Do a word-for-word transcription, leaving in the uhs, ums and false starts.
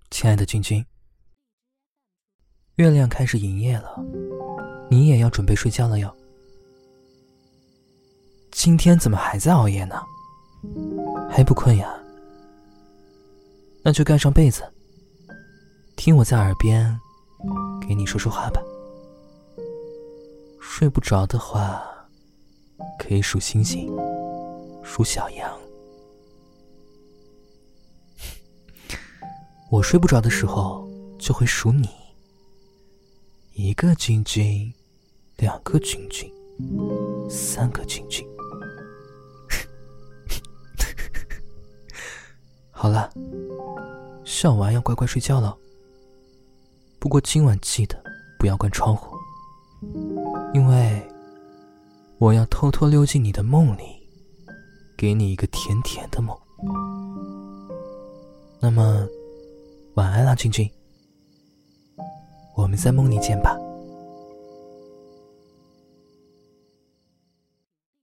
亲爱的君君，月亮开始营业了，你也要准备睡觉了哟。今天怎么还在熬夜呢？还不困呀？那就盖上被子，听我在耳边给你说说话吧。睡不着的话，可以数星星，数小羊。我睡不着的时候就会数你，一个君君，两个君君，三个君君。好了，笑完要乖乖睡觉了。不过今晚记得不要关窗户，因为我要偷偷溜进你的梦里，给你一个甜甜的梦。那么晚安啦，君君，我们在梦里见吧。